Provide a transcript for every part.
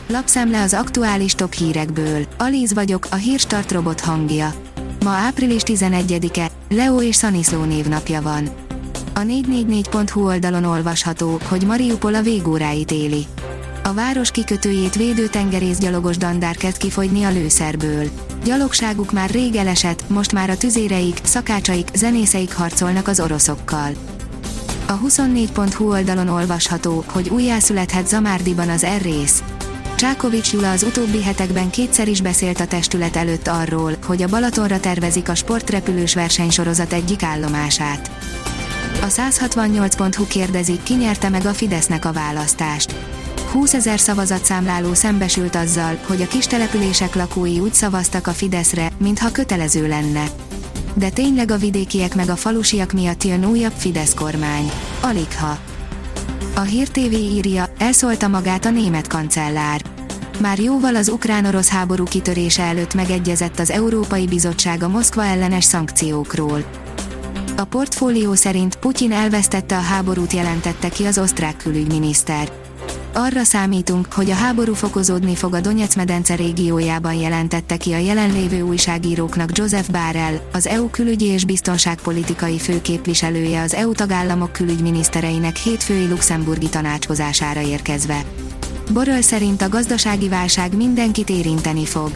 Lapszemle az aktuális top hírekből. Alíz vagyok, a Hírstart robot hangja. Ma április 11-e, Leo és Szaniszló névnapja van. A 444.hu oldalon olvasható, hogy Mariupol a végóráit éli. A város kikötőjét védő tengerészgyalogos dandár kezd kifogyni a lőszerből. Gyalogságuk már rég elesett, most már a tüzéreik, szakácsaik, zenészeik harcolnak az oroszokkal. A 24.hu oldalon olvasható, hogy újjászülethet Zamárdiban az R-rész. Csákovics Gyula az utóbbi hetekben kétszer is beszélt a testület előtt arról, hogy a Balatonra tervezik a sportrepülős versenysorozat egyik állomását. A 168.hu kérdezi, ki nyerte meg a Fidesznek a választást. 20 000 szavazatszámláló szembesült azzal, hogy a kistelepülések lakói úgy szavaztak a Fideszre, mintha kötelező lenne. De tényleg a vidékiek meg a falusiak miatt jön újabb Fidesz kormány. Aligha. A Hír TV írja, elszólta magát a német kancellár. Már jóval az ukrán-orosz háború kitörése előtt megegyezett az Európai Bizottság a Moszkva ellenes szankciókról. A Portfólió szerint Putyin elvesztette a háborút, jelentette ki az osztrák külügyminiszter. Arra számítunk, hogy a háború fokozódni fog a Donetsz-medence régiójában, jelentette ki a jelenlévő újságíróknak Joseph Borrell, az EU külügyi és biztonságpolitikai főképviselője az EU tagállamok külügyminisztereinek hétfői luxemburgi tanácskozására érkezve. Borrell szerint a gazdasági válság mindenkit érinteni fog.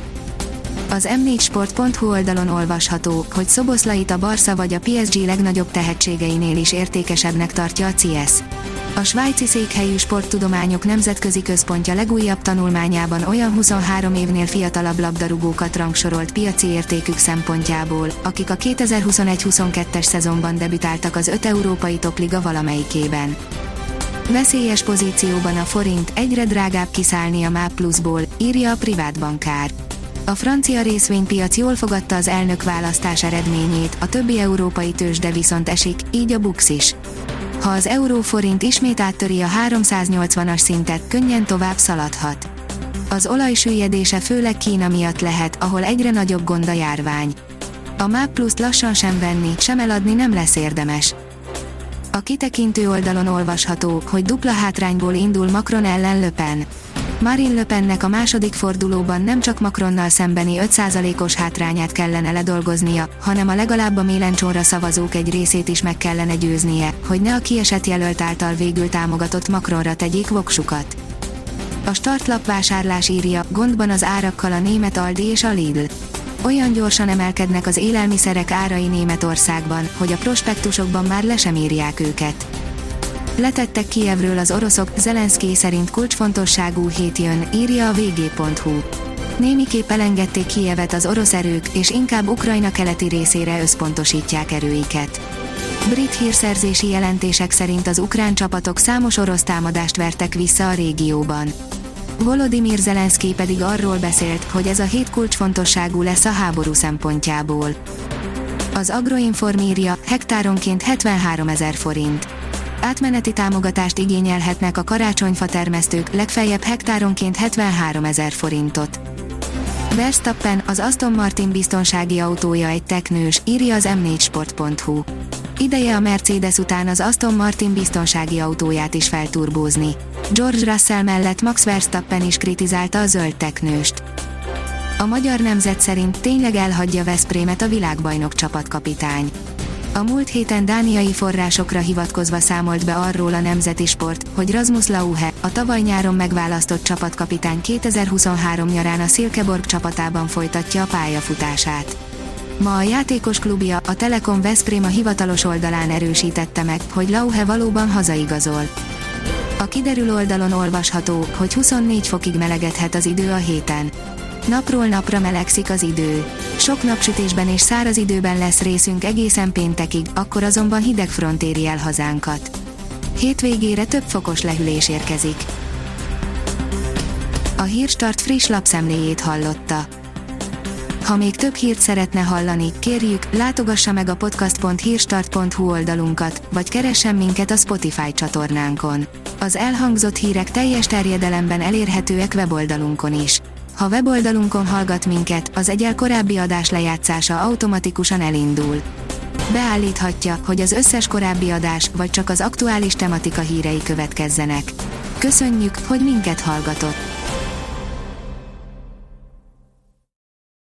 Az m4sport.hu oldalon olvasható, hogy Szoboszlait a Barca vagy a PSG legnagyobb tehetségeinél is értékesebbnek tartja a CIES. A svájci székhelyű sporttudományok nemzetközi központja legújabb tanulmányában olyan 23 évnél fiatalabb labdarúgókat rangsorolt piaci értékük szempontjából, akik a 2021-22-es szezonban debütáltak az 5 európai topliga valamelyikében. Veszélyes pozícióban a forint, egyre drágább kiszállni a MÁP Pluszból, írja a privát bankár. A francia részvénypiac jól fogadta az elnökválasztás eredményét, a többi európai tőzsde viszont esik, így a BUX is. Ha az euró-forint ismét áttöri a 380-as szintet, könnyen tovább szaladhat. Az olaj süllyedése főleg Kína miatt lehet, ahol egyre nagyobb gond a járvány. A MÁP Pluszt lassan sem venni, sem eladni nem lesz érdemes. A kitekintő oldalon olvasható, hogy dupla hátrányból indul Macron ellen Le Pen. Marine Le Pennek a második fordulóban nem csak Macronnal szembeni 5%-os hátrányát kellene ledolgoznia, hanem a legalább a mélencsónra szavazók egy részét is meg kellene győznie, hogy ne a kiesett jelölt által végül támogatott Macronra tegyék voksukat. A startlap vásárlás írja, gondban az árakkal a német Aldi és a Lidl. Olyan gyorsan emelkednek az élelmiszerek árai Németországban, hogy a prospektusokban már le sem írják őket. Letettek Kijevről az oroszok, Zelenszkij szerint kulcsfontosságú hét jön, írja a vg.hu. Némiképp elengedték Kijevet az orosz erők, és inkább Ukrajna keleti részére összpontosítják erőiket. Brit hírszerzési jelentések szerint az ukrán csapatok számos orosz támadást vertek vissza a régióban. Volodymyr Zelenszkij pedig arról beszélt, hogy ez a hét kulcsfontosságú lesz a háború szempontjából. Az Agroinform írja, hektáronként 73 000 forint. Átmeneti támogatást igényelhetnek a karácsonyfa termesztők, legfeljebb hektáronként 73 000 forintot. Verstappen, az Aston Martin biztonsági autója egy teknős, írja az m4sport.hu. Ideje a Mercedes után az Aston Martin biztonsági autóját is felturbózni. George Russell mellett Max Verstappen is kritizálta a zöld teknőst. A Magyar Nemzet szerint tényleg elhagyja Veszprémet a világbajnok csapatkapitány. A múlt héten dániai forrásokra hivatkozva számolt be arról a Nemzeti Sport, hogy Rasmus Lauhe, a tavaly nyáron megválasztott csapatkapitány 2023 nyarán a Silkeborg csapatában folytatja a pályafutását. Ma a játékos klubja, a Telekom Veszprém a hivatalos oldalán erősítette meg, hogy Lauhe valóban hazaigazol. A kiderül oldalon olvasható, hogy 24 fokig melegedhet az idő a héten. Napról napra melegszik az idő. Sok napsütésben és száraz időben lesz részünk egészen péntekig, akkor azonban hideg front éri el hazánkat. Hétvégére több fokos lehűlés érkezik. A Hírstart friss lapszemléjét hallotta. Ha még több hírt szeretne hallani, kérjük, látogassa meg a podcast.hírstart.hu oldalunkat, vagy keressen minket a Spotify csatornánkon. Az elhangzott hírek teljes terjedelemben elérhetőek weboldalunkon is. Ha weboldalunkon hallgat minket, az egyel korábbi adás lejátszása automatikusan elindul. Beállíthatja, hogy az összes korábbi adás, vagy csak az aktuális tematika hírei következzenek. Köszönjük, hogy minket hallgatott!